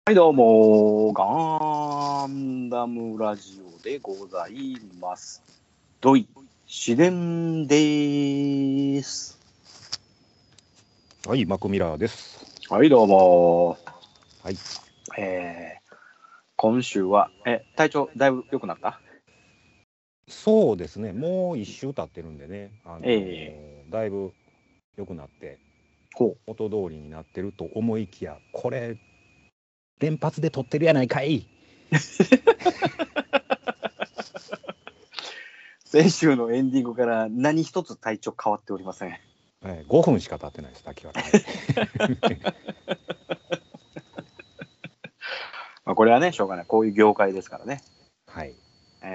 はいどうも、ガンダムラジオでございます。ドイシデンでーす。 はい、マクミラーです。 はいどうも。 はい。 今週は体調だいぶ良くなった？ そうですね、もう一周経ってるんでね、だいぶ良くなって、 ほう。 元通りになってると思いきや、これ、連発で撮ってるやないかい。 先週のエンディングから何一つ体調変わっておりません。 5分しか経ってないです、滝原。 まあこれはね、しょうがない。こういう業界ですからね。 はい。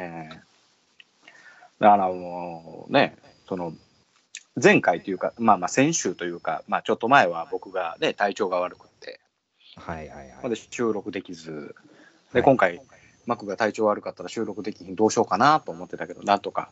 だからもうね、その前回というか、まあ先週というか、まあちょっと前は僕がね、体調が悪くて、 はいはいはい。 で収録できず、で、 はい今回、マックが体調悪かったら収録できひん、どうしようかなと思ってたけど、なんとか、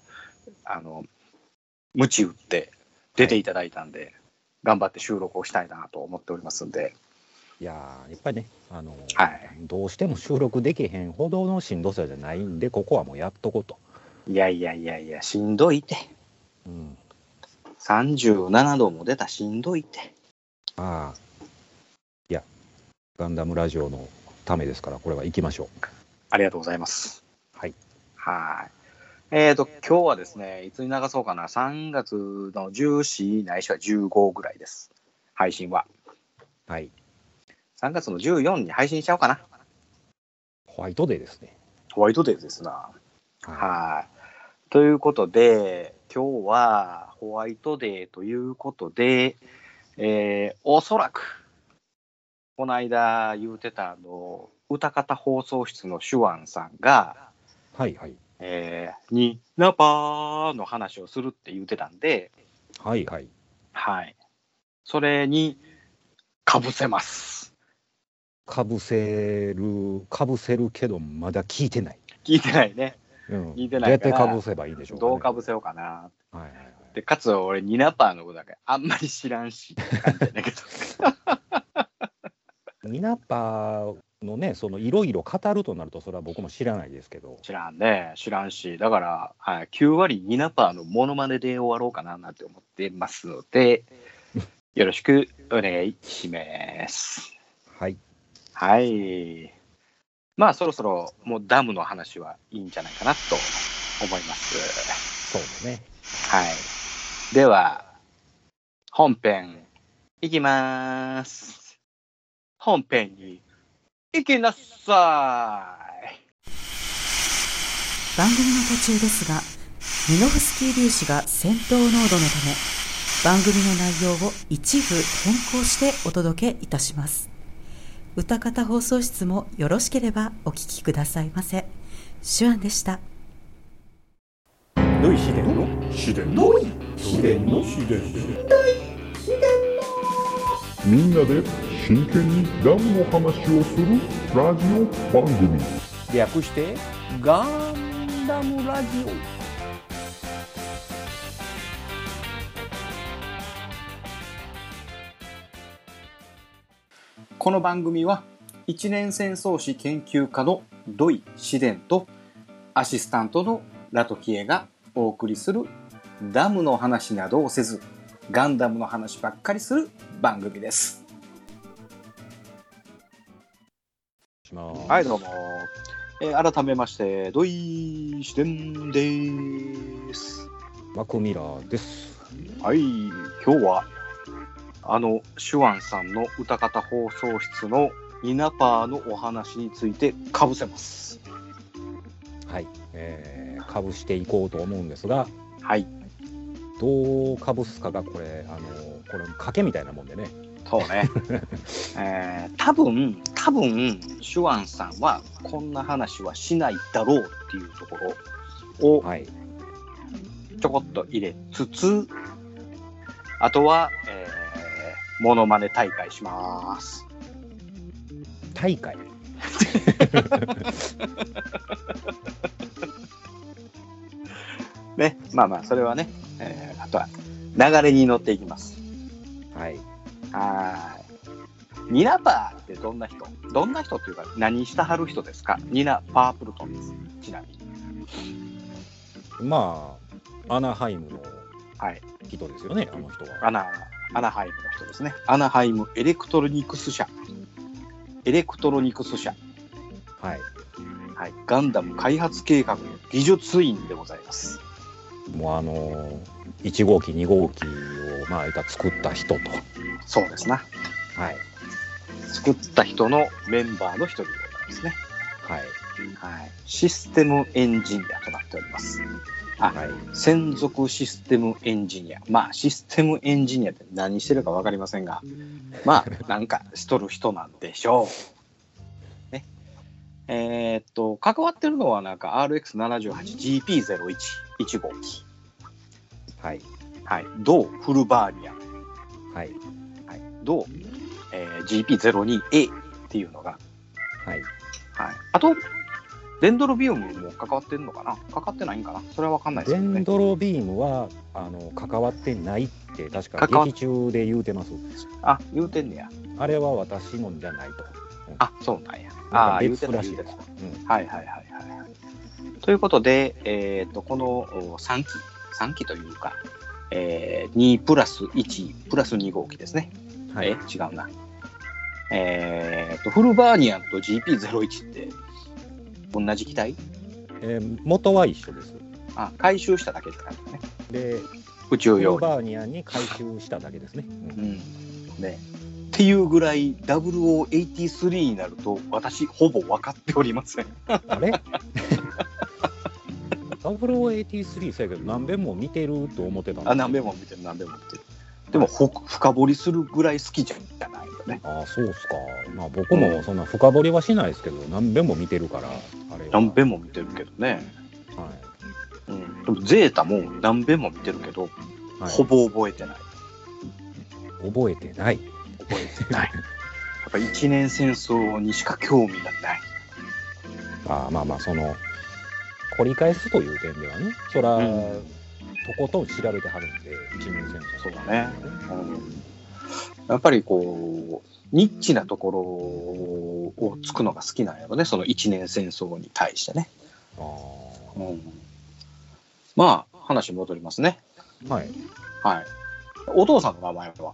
鞭打って出ていただいたんで、頑張って収録をしたいなと思っておりますんで。 いやー、やっぱりね、 はい。 どうしても収録できへんほどのしんどさじゃないんで、ここはもうやっとこうと。 いや、しんどいて。 うん。 37度も出たしんどいて。 ああ、いや、ガンダムラジオのためですから、これは行きましょう。 ありがとうございます。 はい。 はい。今日はですね、いつに流そうかな、3月の14ないしは15ぐらいです。配信は。 はい。 3月の14に配信しちゃおうかな。 ホワイトデーですね。 ホワイトデーですな。 はい。 はい。ということで、今日はホワイトデーということで、おそらく、この間言うてた歌方放送室のシュワンさんが、 はいはい。 ニナパーの話をするって言うてたんで、 はいはい。 はい。それにかぶせます。 かぶせるけど、まだ聞いてない。 聞いてないね。 うん。 聞いてどうないから、 やってかぶせばいいでしょうかね。 どうかぶせようかな。 はいはいはい。 で、かつ俺、ニナパーのことだけあんまり知らんしって感じやねんけど。 ニナパーのね、そのいろいろ語るとなると、それは僕も知らないですけど。 知らんね。知らんし。だから、はい、9割ニナパーのモノマネで終わろうかななんて思ってますので、よろしくお願いします。 はい。 はい。まあ、そろそろもうダムの話はいいんじゃないかなと思います。 そうですね。 はい。では、本編いきます。本編に行きなさい。 番組の途中ですが、ミノフスキー粒子が戦闘濃度のため、番組の内容を一部変更してお届けいたします。歌方放送室もよろしければお聞きくださいませ。シュアンでした。 どい秘伝の秘伝の秘伝の秘伝みんなで真剣にダムの話をするラジオ番組。 略してガンダムラジオ。 この番組は一年戦争史研究家の土井紫伝とアシスタントのラトキエがお送りするダムの話などをせずガンダムの話ばっかりする番組です。はいどうも、改めまして土井紫伝です。 マクミラーです。 はい、今日はシュワンさんの歌方放送室のニナパーのお話についてかぶせます。 はい。かぶしていこうと思うんですが、 はい。 どうかぶすかがこれ賭けみたいなもんでね。 そうね。多分シュワンさんはこんな話はしないだろうっていうところをちょこっと入れつつ、あとは、モノマネ大会します。 大会ね、まあそれはね、あとは流れに乗っていきます。 はい。 ニナパーってどんな人っていうか何したはる人ですか？ニナ・パープルトンです。ちなみに。 まあアナハイムのはい。 人ですよね、あの人は。 アナハイムの人ですね。アナハイムエレクトロニクス社。 はい。 はい。ガンダム開発計画の技術員でございます。 もう1号機2号機をまあ作った人と。 そうですな。 はい。 作った人のメンバーの一人でございますね。 はい。 はい。システムエンジニアとなっております。はい、専属システムエンジニア。まあシステムエンジニアって何してるか分かりませんが、まあなんかしとる人なんでしょう。ね。関わってるのはなんか RX78GP01 号機。 はい。 はい。同フルバーニア。 はい。 はい。同、GP02A っていうのが。 はい。 はい。あと、デンドロビウムも関わってんのかな？関わってないんかな？それは分かんないですけどね。 デンドロビームは関わってないって確か劇中で言うてます。 あ、言うてんねや。 あれは私のんじゃないと。 あ、そうなんや。あ、言うてたらしいです。はいはいはいはい。ということで、この3期というか、2プラス1プラス2号機ですね。 はい、 違うな。フルバーニアンと GP01 って同じ機体？ 元は一緒です。 あ、回収しただけって感じね。 で、 宇宙用フルバーニアンに回収しただけですね。 ね。っていうぐらい0083になると私ほぼ分かっておりません。 あれ0083そうやけど何遍も見てると思ってたんです。 あ、何遍も見てる。でも深掘りするぐらい好きじゃないよね。 ああ、そうっすか。まあ僕もそんな深掘りはしないですけど、何遍も見てるから。あれ何遍も見てるけどね。 はい。 でもゼータも何遍も見てるけど、はい、ほぼ覚えてない。 覚えてない。 やっぱ一年戦争にしか興味がない。 まあ掘り返すという点ではね、そら、とことん調べてはるんで、一年戦争。 そうだね。やっぱりこうニッチなところをつくのが好きなんやろね、その一年戦争に対してね。まあ話戻りますね。 はい。 はい。お父さんの名前は？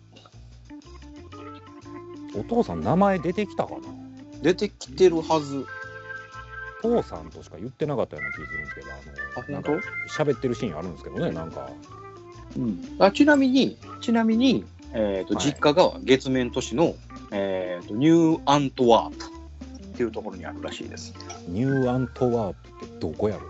お父さん名前出てきたかな？ 出てきてるはず。 父さんとしか言ってなかったような気がするんですけど、なんか喋ってるシーンあるんですけどね、なんか。 ちなみに、実家が月面都市の、ニューアントワープっていうところにあるらしいです。 ニューアントワープってどこやろ？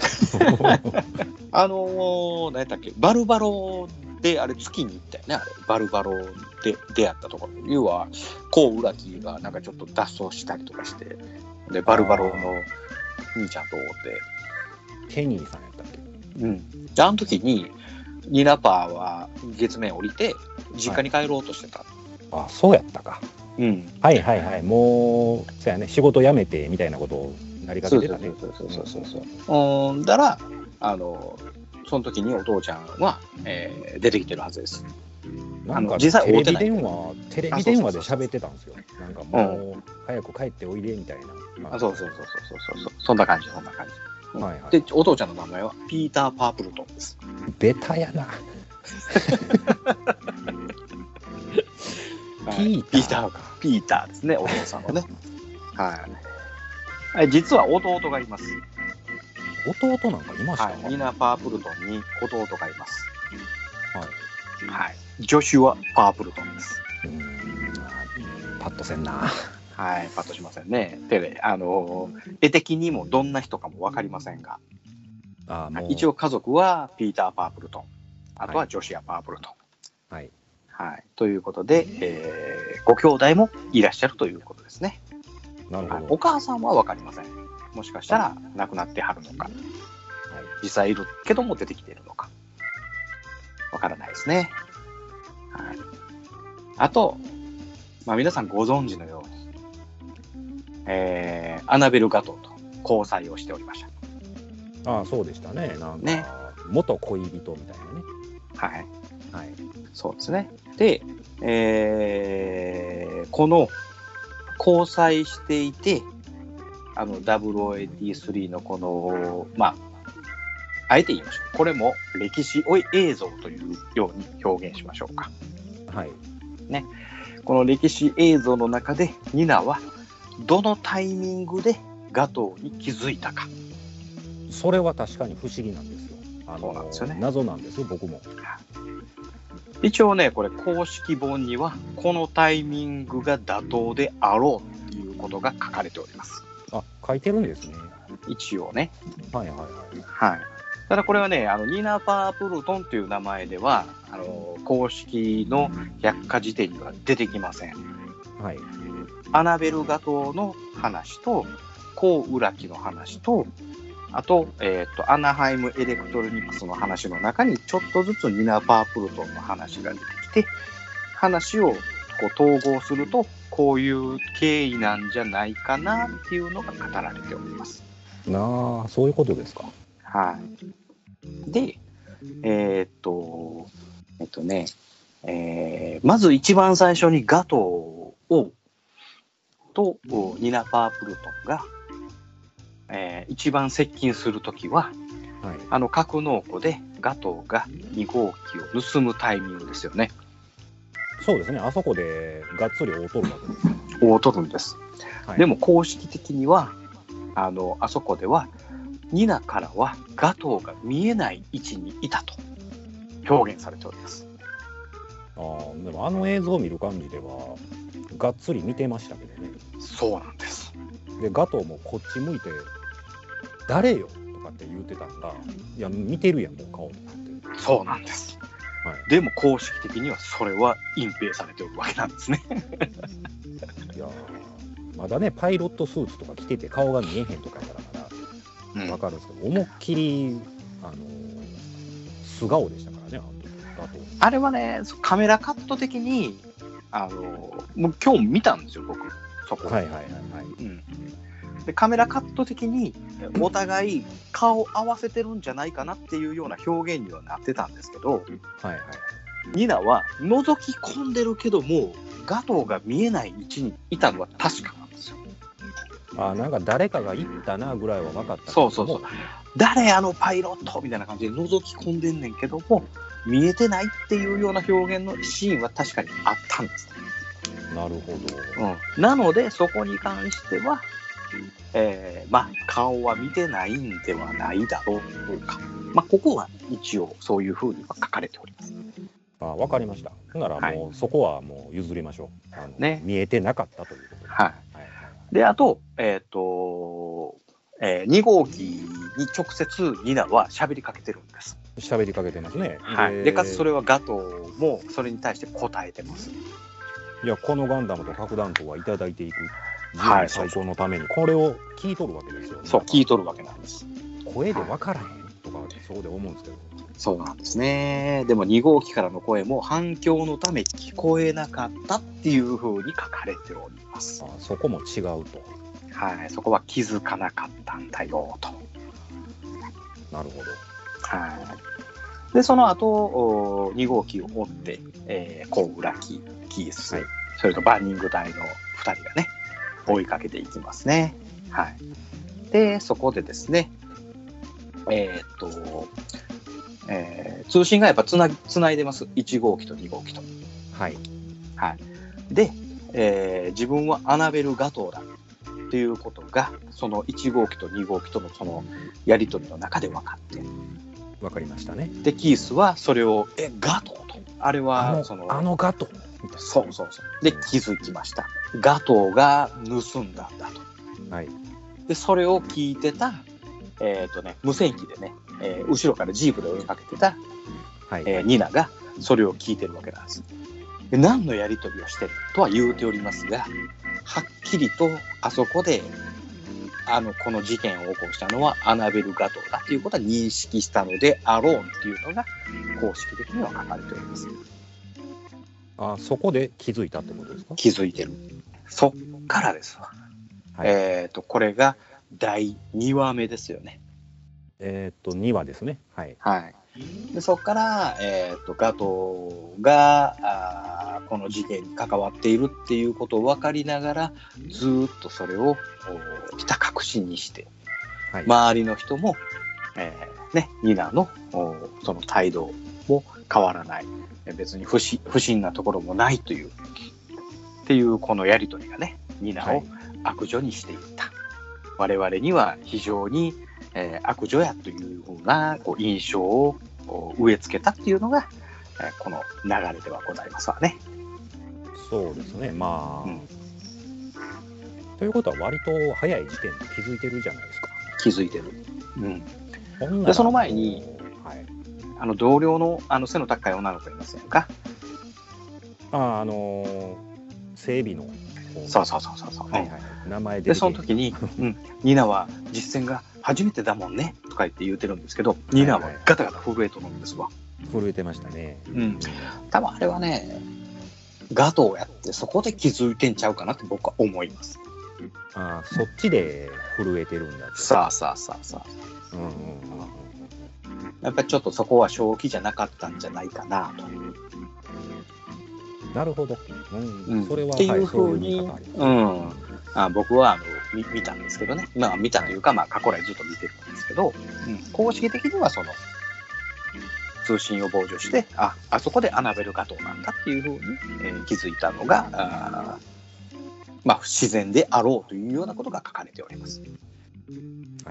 何やったっけ、バルバロであれ月に行ったよね、あれバルバロで出会ったところ。要はコウ・ウラキがなんかちょっと脱走したりとかして、でバルバロの兄ちゃんと会って、 ケニーさんやったっけ？ であの時にニナパーは月面降りて実家に帰ろうとしてた。 あ、そうやったか。はいはいはい。もうそうやね、仕事辞めてみたいなことをなりかけてたね。 そうだからその時にお父ちゃんは、出てきてるはずです。 なんか実際テレビ電話で喋ってたんですよ。なんかもう早く帰っておいでみたいな。 そうそんな感じ。でお父ちゃんの名前はピーター・パープルトンです。 ベタやな。 ピーターですね、お父さんのね。はい。実は弟がいます。 弟なんかいましたか？ ニナ・パープルトンに弟がいます。 はい。 ジョシュア・パープルトンです。 パッとせんな。 はい、パッとしませんね。で、絵的にもどんな人かも分かりませんが、一応家族はピーター・パープルトン、あとはジョシュア・パープルトン。はい。ということで、ご兄弟もいらっしゃるということですね。 なるほど。 お母さんは分かりません。もしかしたら亡くなってはるのか、実際いるけども出てきているのか、分からないですね。あと、皆さんご存知のように、アナベル・ガトーと交際をしておりました。 そうでしたね。なんか元恋人みたいなね。 はい。そうですね。で、この交際していて、0083のこの、あえて言いましょう。これも歴史映像というように表現しましょうか。 はい。 ね。この歴史映像の中で、ニナはどのタイミングでガトーに気づいたか。 それは確かに不思議なんですよ。 そうなんですよね。 謎なんですよ、僕も。 一応ね、これ公式本にはこのタイミングが妥当であろうということが書かれております。 あ、書いてるんですね。 一応ね。 はいはいはい。 はい。ただこれはね、ニナ・パープルトンという名前では、公式の百科事典には出てきません。 はい。 アナベル・ガトーの話と、コウ・ウラキの話と、あと、アナハイム・エレクトロニクスの話の中にちょっとずつニナ・パープルトンの話が出てきて、話をこう統合するとこういう経緯なんじゃないかなっていうのが語られております。 なあ、そういうことですか。 はい。で、まず一番最初にガトーとニナ・パープルトンが一番接近するときは、はい、格納庫でガトーが2号機を盗むタイミングですよね。 そうですね。あそこでがっつり追うとるわけです。 追うとるんです。はい、でも公式的にはあそこではニナからはガトーが見えない位置にいたと表現されております。 でも映像を見る感じではがっつり見てましたけどね。 そうなんです。 でガトーもこっち向いて誰よとかって言ってたんが、いや見てるやんもう顔って。 そうなんです、はい、でも公式的にはそれは隠蔽されておるわけなんですね。 いやまだねパイロットスーツとか着てて顔が見えへんとかやからまだ分かるんですけど、思いっきり素顔でしたからね。 あれはねカメラカット的にもう今日見たんですよ僕そこ。はいはいはい、はい、うん。でカメラカット的にお互い顔合わせてるんじゃないかなっていうような表現にはなってたんですけど、はいはい、ニナは覗き込んでるけどもガトーが見えない位置にいたのは確かなんですよ。 なんか誰かが行ったなぐらいは分かった。 そうそうそう。誰パイロットみたいな感じで覗き込んでんねんけども見えてないっていうような表現のシーンは確かにあったんですね。 なるほど、 うん、なのでそこに関しては、顔は見てないんではないだろうか、ここは一応そういうふうには書かれております。 わかりました。ならもう、そこはもう譲りましょう。ね、見えてなかったということで。 はいはい、であと、2号機に直接ニナは喋りかけてるんです。 喋りかけてますね。 はい、でかつそれはガトーもそれに対して答えてます。 いやこのガンダムと核弾頭はいただいていく人類最高のためにこれを聞いとるわけですよね。 そう聞いとるわけなんです。 声で分からへんとかそうで思うんですけど。 そうなんですね。でも2号機からの声も反響のため聞こえなかったっていうふうに書かれております。 そこも違うと。 はい、そこは気づかなかったんだよと。 なるほど。 はい。でその後2号機を追って、コウ・ウラキ、キース、はい、それとバーニング隊の2人がね追いかけていきますね。はい。でそこでですね通信がやっぱつないでます1号機と2号機と。 はい。 はい。で、自分はアナベル・ガトーだっていうことがその1号機と2号機とのそのやり取りの中で分かって分かりましたね。 でキースはそれをガトーとあれはあのガトーみたいな。 そうそうそうで気づきました。ガトーが盗んだんだと。はい。でそれを聞いてた無線機でね、後ろからジープで追いかけてた、はいニナがそれを聞いてるわけなんです。で何のやり取りをしてるとは言うておりますがはっきりとあそこでこの事件を起こしたのはアナベル・ガトーだということは認識したのであろうっていうのが公式的には書かれております。 そこで気づいたってことですか？ 気づいてる。そっからですわ。はい、これが第2話目ですよね。 2話ですね。はい。 はい。 でそこから、ガトーがこの事件に関わっているっていうことを分かりながらずーっとそれをひた隠しにして、 はい、 周りの人も、ニナのその態度も変わらない、別に不審なところもないというっていうこのやり取りがね、ニナを悪女にしていった、はい、我々には非常に、悪女やというふうな印象を植え付けたっていうのが、この流れではございますわね。 そうですね、まあ、ということは割と早い時点で気づいてるじゃないですか。 気づいてる。でその前に、はい、同僚の背の高い女の子いますやんか。 整備の。 そう、 名前でその時に、ニナは実践が初めてだもんねとか言ってるんですけど、ニナはガタガタ震えとるんですわ。 震えてましたね。 多分あれはね、ガトーやってそこで気づいてんちゃうかなって僕は思います。 そっちで震えてるんだって。 さあ。やっぱりちょっとそこは正気じゃなかったんじゃないかなと。 なるほど。それはっていうふうに、僕は見たんですけどね。見たというか、過去来ずっと見てるんですけど、公式的にはその通信を傍受して、あそこでアナベル・ガトーなんだっていうふうに、気づいたのが不自然であろうというようなことが書かれております。 はい。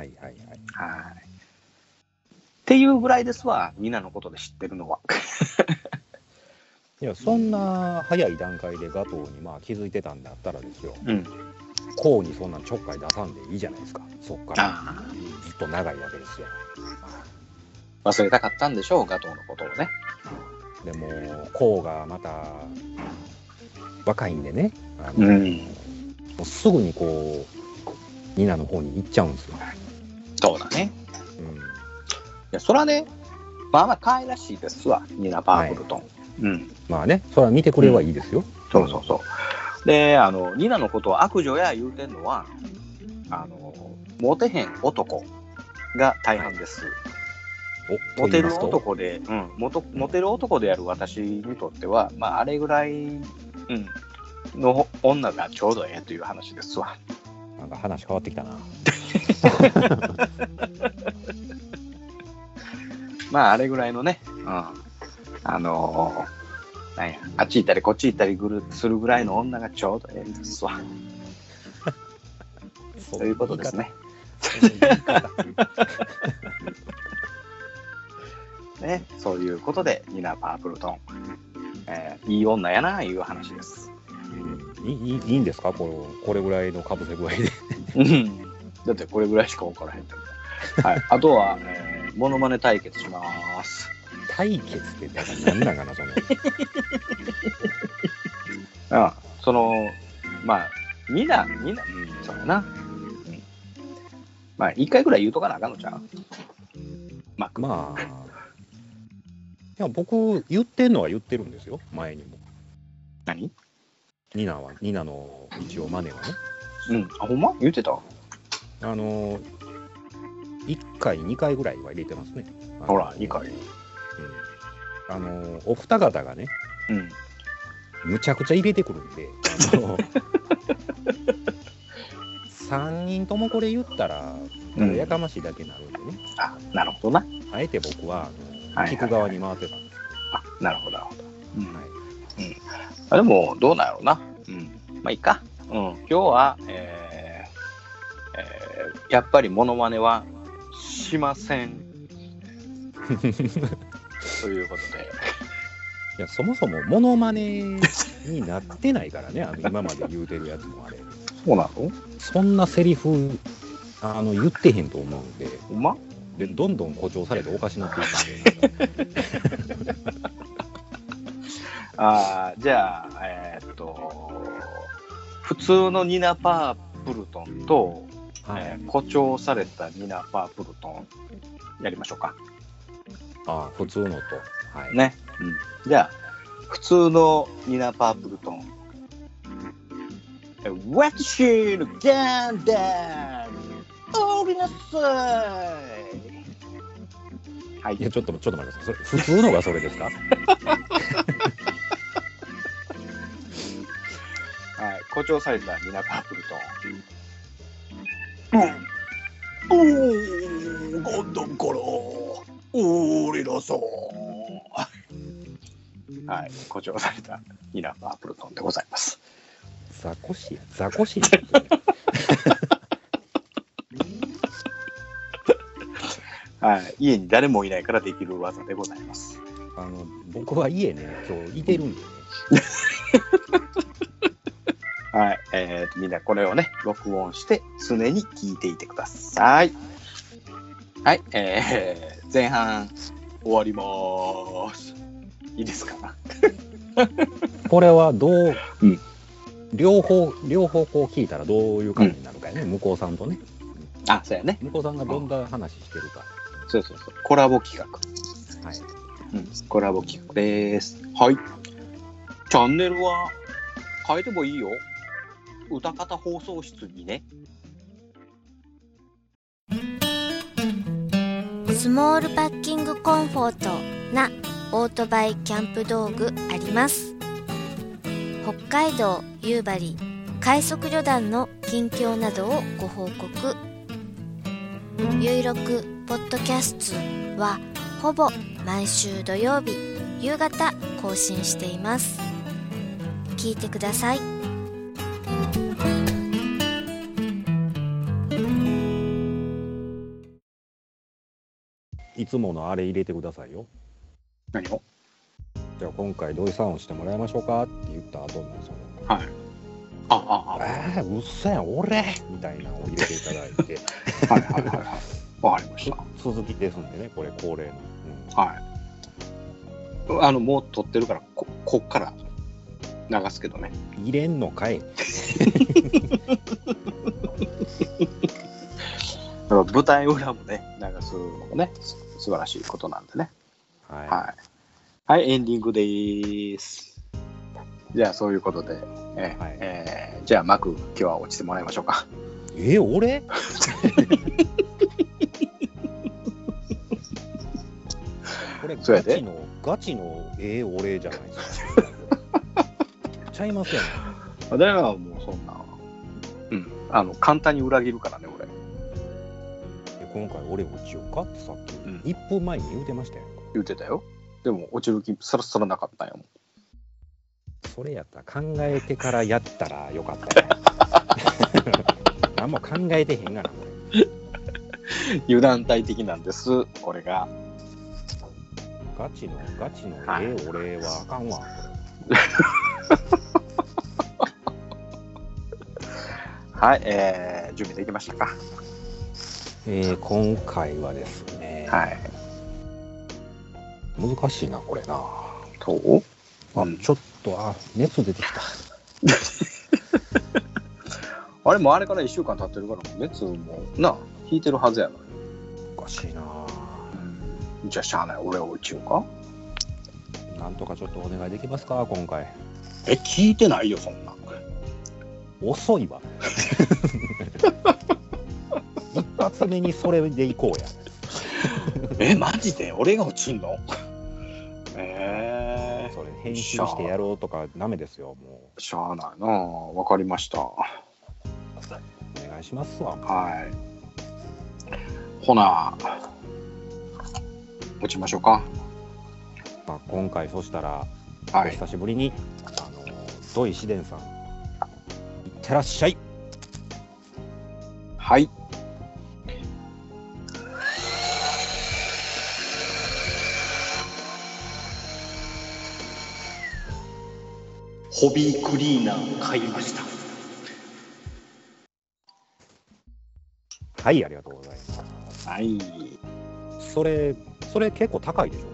っていうぐらいですわ、ニナのことで知ってるのは。 いや、そんな早い段階でガトーに気づいてたんだったらですよ、こうにそんなちょっかい出さんでいいじゃないですか。そっからずっと長いわけですよ。 忘れたかったんでしょう、ガトーのことをね。 でもこうがまた若いんでね、もうすぐにニナの方に行っちゃうんですよ。 そうだね。いや、そらね、可愛らしいですわ、ニナ・パープルトン。 それは見てくれはいいですよ。 そう。で、ニナのことを悪女や言うてんのは、モテへん男が大半です。モテる男で、モテる男である私にとっては、あれぐらい、の女がちょうどええという話ですわ。 なんか話変わってきたな。 あれぐらいのね、あっち行ったりこっち行ったりするぐらいの女がちょうどええんですわ。ということですね。ね、そういうことでニナ・パープルトン、いい女やないう話です。 いいんですか、これぐらいのかぶせ具合で。 だってこれぐらいしか分からへんと。はい、あとは、モノマネ対決します。 対決って何なんかな、その。 ニナ、そうやな。一回ぐらい言うとかなあかんのちゃう？ いや、僕言ってんのは言ってるんですよ、前にも。 何？ ニナの一応マネはね。 ほんま？言ってた ？1回2回ぐらいは入れてますね。 ほら、2回。 お二方がね、むちゃくちゃ入れてくるんで、3人ともこれ言ったらやかましいだけになるんでね。 なるほどな。 あえて僕は聞く側に回ってたんです。 なるほど。でもどうなんやろうな。いいか。今日は、やっぱりモノマネはしません。ということで。 いや、そもそもモノマネになってないからね、今まで言うてるやつもあれ。 そうなの？ そんなセリフ言ってへんと思うんで。 ほんま？ でどんどん誇張されておかしなっていくんで。 じゃあ普通のニナ・パープルトンと、誇張されたニナ・パープルトンやりましょうか。 普通のと、 ね、じゃあ普通のニナ・パープルトン、私のガンダム降りなさい。 はい。 いや、ちょっと待ってください。それ普通のがそれですか？ はい。誇張されたミナパープルトン。ゴンドンコロ俺のそう。はい。誇張されたミナパープルトンでございます。 ザコシや。ザコシや。 はい。家に誰もいないからできる技でございます。 僕は家ね、今日いてるんでね。 はい。みんなこれをね、録音して常に聞いていてください。はい。前半終わります。いいですか？ これはどう、両方こう聞いたらどういう感じになるかね、向こうさんとね。 あ、そうやね。 向こうさんがどんな話してるか。 そう。コラボ企画。 はい。 コラボ企画です。はい。チャンネルは変えてもいいよ。歌方放送室にね。 スモールパッキングコンフォートなオートバイキャンプ道具あります。北海道夕張快速旅団の近況などをご報告。ゆいろくポッドキャストはほぼ毎週土曜日夕方更新しています。聞いてください。 いつものあれ入れてくださいよ。 何を？ じゃあ今回土井さんをしてもらいましょうかって言った後にその、 はい。 うっせん俺みたいなのを入れていただいてはい。わかりました。 続きですんでね、これ恒例の、 はい。もう撮ってるからこっから流すけどね。 入れんのかい。 舞台裏もね流すのもね素晴らしいことなんでね。はい、エンディングでーす。じゃあそういうことで、じゃあマク今日は落ちてもらいましょうか。 俺？これガチの俺じゃないですか。ちゃいますよね。 だからもうそんな、簡単に裏切るからね俺。 今回俺落ちようかってさっき、1分前に言うてましたよ。 言うてたよ。でも落ちる気さらさらなかったんやもん。 それやったら考えてからやったらよかったよ。何も考えてへんがなこれ。 油断大敵なんですこれが。 ガチの俺はあかんわ。 はい、準備できましたか？ 今回はですね、難しいなこれな。 そう？ ちょっと熱出てきた。 あれもあれから1週間経ってるから熱も引いてるはずやのに。 おかしいな。 じゃあしゃあない俺を打ちようか。 なんとかちょっとお願いできますか今回。 聞いてないよそんな。 遅いわ。一発目にそれでいこうや。マジで俺が落ちんの？ それ編集してやろうとかダメですよもう。しゃあないな。わかりました。お願いしますわ。 はい。ほな落ちましょうか。 今回そしたら、お久しぶりに土井紫伝さんいってらっしゃい。 はい。ホビークリーナー買いました。 はい、ありがとうございます。 はい。 それ結構高いでしょ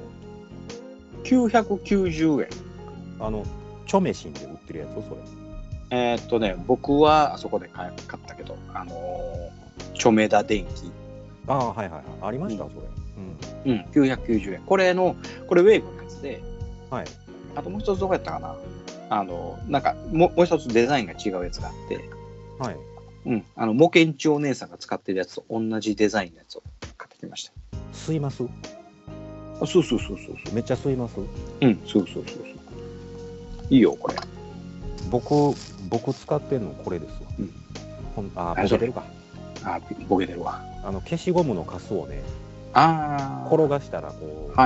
？990円。 チョメシンで売ってるやつそれ。僕はあそこで買ったけど、チョメダ電機。 はいありました、それ。 990円。これウェーブのやつで、 はい。 あともう一つどこやったかな。なんかもう一つデザインが違うやつがあって、 はい。 モケンチお姉さんが使ってるやつと同じデザインのやつを買ってきました。 吸います？ そう。 めっちゃ吸います。 うん、そう。いいよ、これ。 僕使ってんのこれですわ。ボケてるか。 ボケてるわ。 消しゴムのカスをね、転がしたらこう。 はい。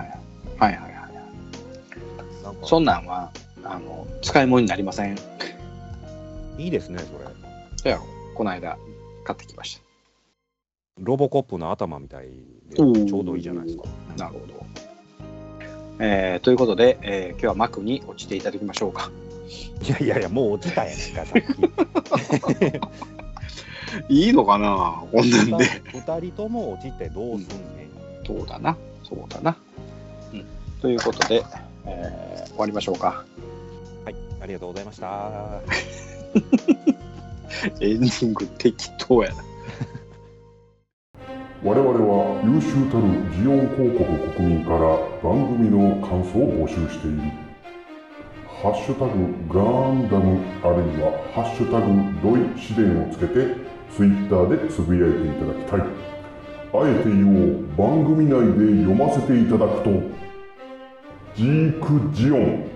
そんなんは使い物になりません。 いいですね、それ。 そうやろ。この間買ってきました。 ロボコップの頭みたいでちょうどいいじゃないですか。 なるほど。ということで、今日は幕に落ちていただきましょうか。 いやもう落ちたやんか、さっき。いいのかな、こんなんで。 2人とも落ちてどうすんねん。 そうだな。ということで、終わりましょうか。 はい、ありがとうございました。 エンディング適当やな。 我々は優秀たるジオン広告国民から番組の感想を募集している。ハッシュタグガンダムあるいはハッシュタグドイ試練をつけてツイッターでつぶやいていただきたい。あえて言おう、番組内で読ませていただくとジークジオン